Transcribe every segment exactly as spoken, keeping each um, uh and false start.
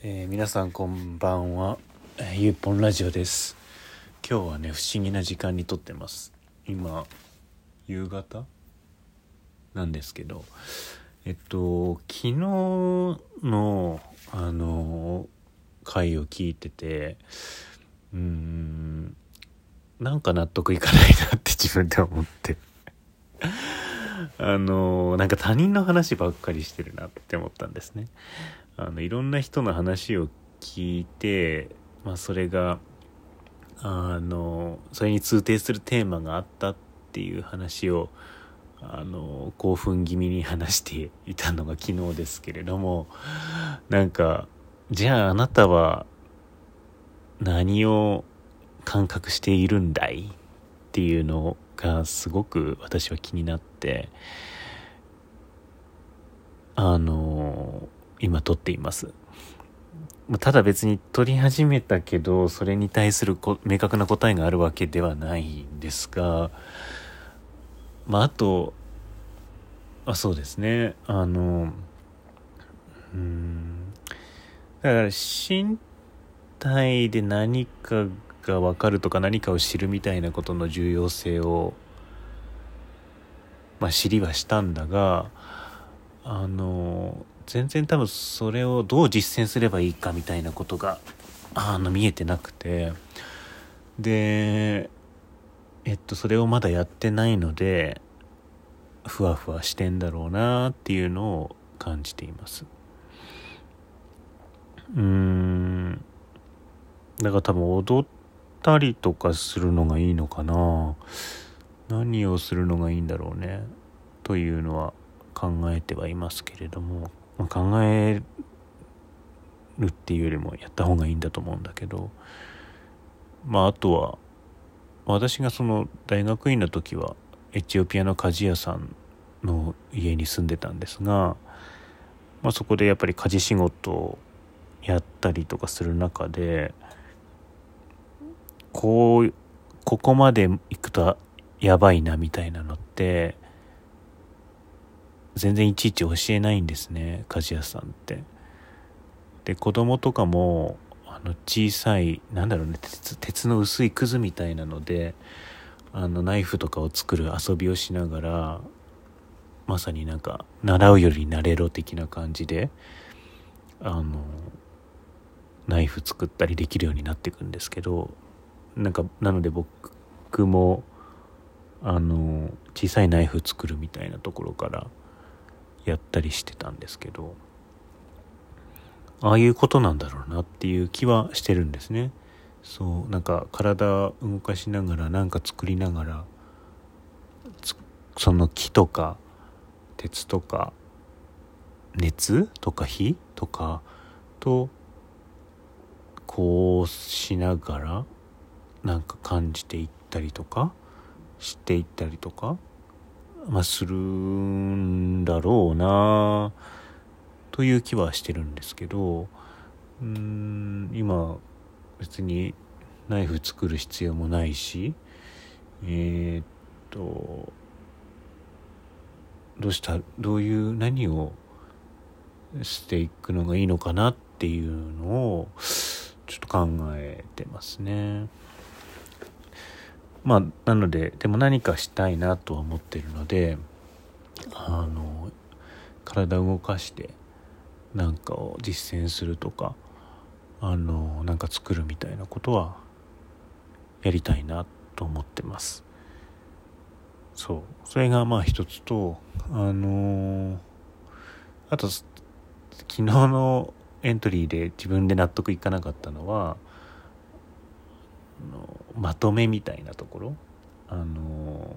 えー皆さんこんばんは、えーゆうぽんラジオです。今日はね不思議な時間に撮ってます。今夕方なんですけど、えっと昨日のあの回を聞いてて、うーんなんか納得いかないなって自分で思ってあのなんか他人の話ばっかりしてるなって思ったんですね。あのいろんな人の話を聞いて、まあ、それがあのそれに通底するテーマがあったっていう話をあの興奮気味に話していたのが昨日ですけれども、なんかじゃああなたは何を感覚しているんだいっていうのがすごく私は気になって、あの今撮っています。ただ別に撮り始めたけどそれに対するこ明確な答えがあるわけではないんですが、まああとあそうですねあのうーんだから身体で何かが分かるとか何かを知るみたいなことの重要性を、まあ、知りはしたんだが、あの全然多分それをどう実践すればいいかみたいなことがあの見えてなくて、でえっとそれをまだやってないのでふわふわしてんだろうなっていうのを感じています。うーんだから多分踊ったりとかするのがいいのかな。何をするのがいいんだろうねというのは考えてはいますけれども、まあ、考えるっていうよりもやった方がいいんだと思うんだけど、まああとは私がその大学院の時はエチオピアの鍛冶屋さんの家に住んでたんですが、まあ、そこでやっぱり家事仕事をやったりとかする中で、こうここまで行くとやばいなみたいなのって全然いちいち教えないんですね、鍛冶屋さんって。で子供とかもあの小さいなんだろうね鉄、鉄の薄いくずみたいなのであのナイフとかを作る遊びをしながら、まさになんか習うより慣れろ的な感じであのナイフ作ったりできるようになっていくんですけど、なんかなので僕もあの小さいナイフ作るみたいなところからやったりしてたんですけど、ああいうことなんだろうなっていう気はしてるんですね。そうなんか体動かしながらなんか作りながらその木とか鉄とか熱とか火とかとこうしながらなんか感じていったりとか知っていったりとか、まあ、するんだろうなという気はしてるんですけど、うーん今別にナイフ作る必要もないし、えー、っとどうしたどういう何をしていくのがいいのかなっていうのをちょっと考えてますね。まあなのででも何かしたいなとは思ってるので、あの体を動かしてなんかを実践するとかあのなんか作るみたいなことはやりたいなと思ってます。そうそれがまあ一つと、あのあと昨日のエントリーで自分で納得いかなかったのはあのまとめみたいなところ、あの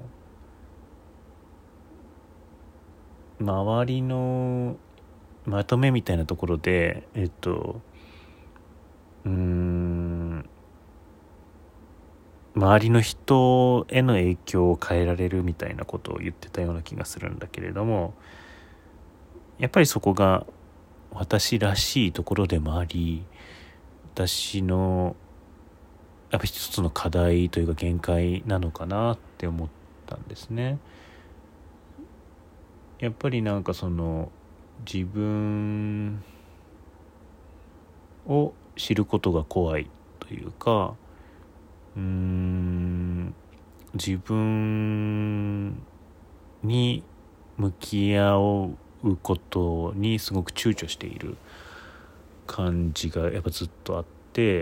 周りのまとめみたいなところでえっとうーん周りの人への影響を変えられるみたいなことを言ってたような気がするんだけれども、やっぱりそこが私らしいところでもあり、私のやっぱ一つの課題というか限界なのかなって思ったんですね。やっぱりなんかその自分を知ることが怖いというか、うーん自分に向き合うことにすごく躊躇している感じがやっぱずっとあって、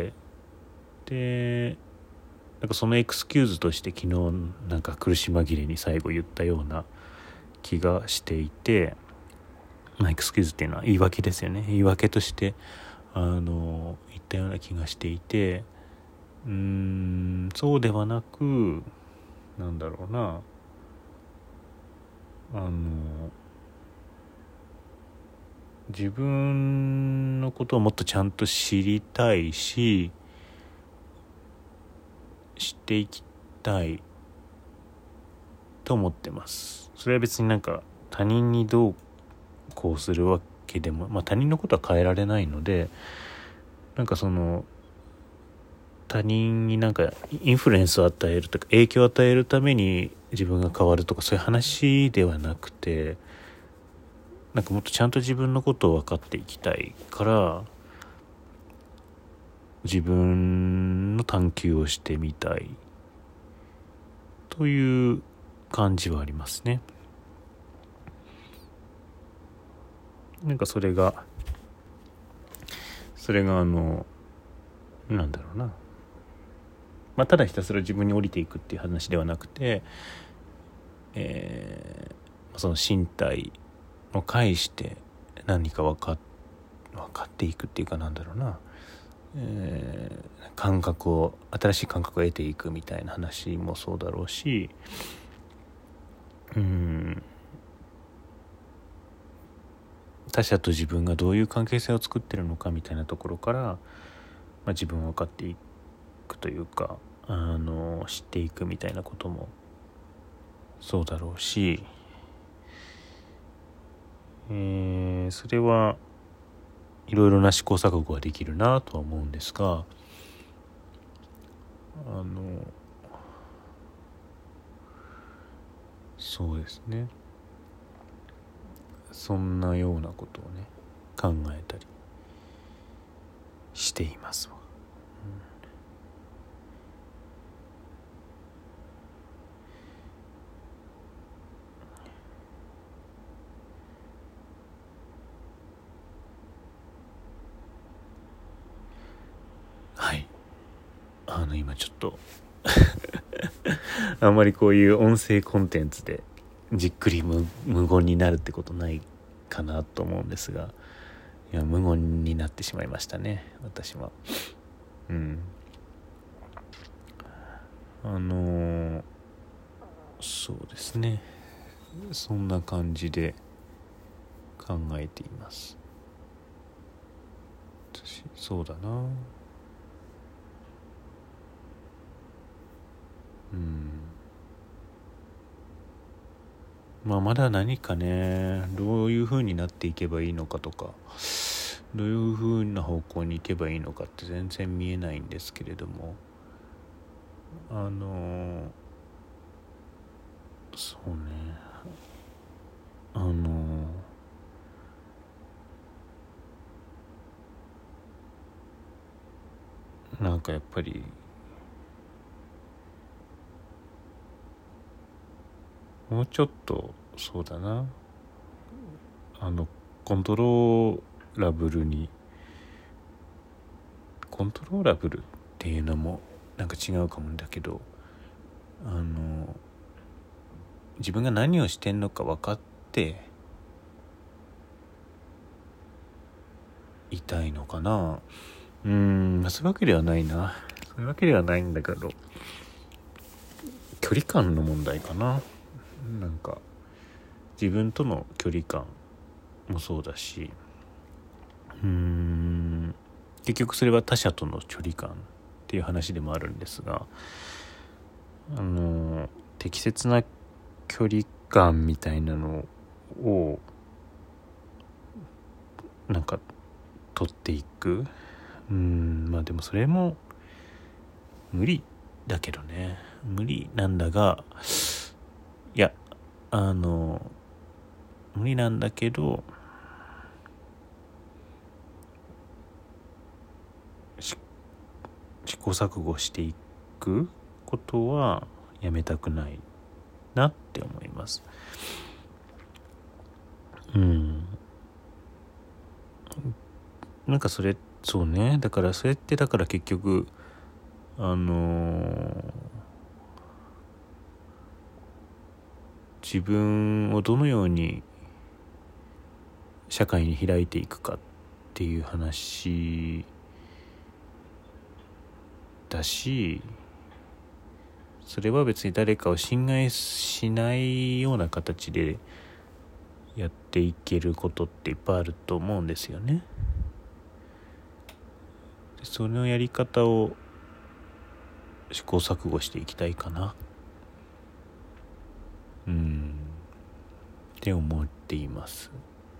でなんかそのエクスキューズとして昨日なんか苦し紛れに最後言ったような気がしていて、まあ、エクスキューズっていうのは言い訳ですよね。言い訳としてあの言ったような気がしていて、うーんそうではなく、なんだろうな、あの自分のことをもっとちゃんと知りたいし、知っていきたいと思ってます。それは別になんか他人にどうこうするわけでも、まあ他人のことは変えられないので、なんかその他人になんかインフルエンスを与えるとか影響を与えるために自分が変わるとかそういう話ではなくて、なんかもっとちゃんと自分のことを分かっていきたいから、自分の探求をしてみたいという感じはありますね。なんかそれがそれがあのなんだろうな、まあ、ただひたすら自分に降りていくっていう話ではなくて、えー、その身体を介して何か分か分かっていくっていうか、なんだろうな、えー、感覚を新しい感覚を得ていくみたいな話もそうだろうし、うん他者と自分がどういう関係性を作ってるのかみたいなところから、まあ、自分を分かっていくというか、あの知っていくみたいなこともそうだろうし、えー、それはいろいろな試行錯誤ができるなとは思うんですが、あのそうですね、そんなようなことをね考えたりしていますわ、うん、はい。あの今ちょっとあんまりこういう音声コンテンツでじっくり 無, 無言になるってことないかなと思うんですが、いや無言になってしまいましたね、私は。うんあのー、そうですね、そんな感じで考えています。私そうだな、うんまあまだ何かね、どういう風になっていけばいいのかとか、どういう風な方向に行けばいいのかって全然見えないんですけれども、あのそうね、あのなんかやっぱりもうちょっとそうだな、あのコントローラブルにコントローラブルっていうのもなんか違うかもだけど、あの自分が何をしてんのか分かっていたいのかな。うーんそういうわけではないなそういうわけではないんだけど、距離感の問題かな。なんか自分との距離感もそうだし、うーん結局それは他者との距離感っていう話でもあるんですが、あの適切な距離感みたいなのをなんか取っていく、うーんまあでもそれも無理だけどね、無理なんだが、いやあの無理なんだけど、 行錯誤していくことはやめたくないなって思います。うんなんかそれそうねだからそれってだから結局あのー、自分をどのように社会に開いていくかっていう話だし、それは別に誰かを侵害しないような形でやっていけることっていっぱいあると思うんですよね。でそのやり方を試行錯誤していきたいかなうんって思っています。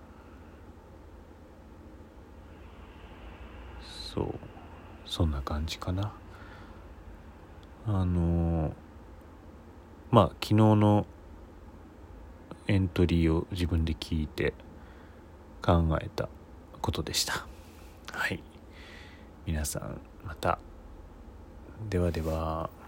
そうそんな感じかな。あのまあ昨日のエントリーを自分で聞いて考えたことでした。はい皆さんまたではでは。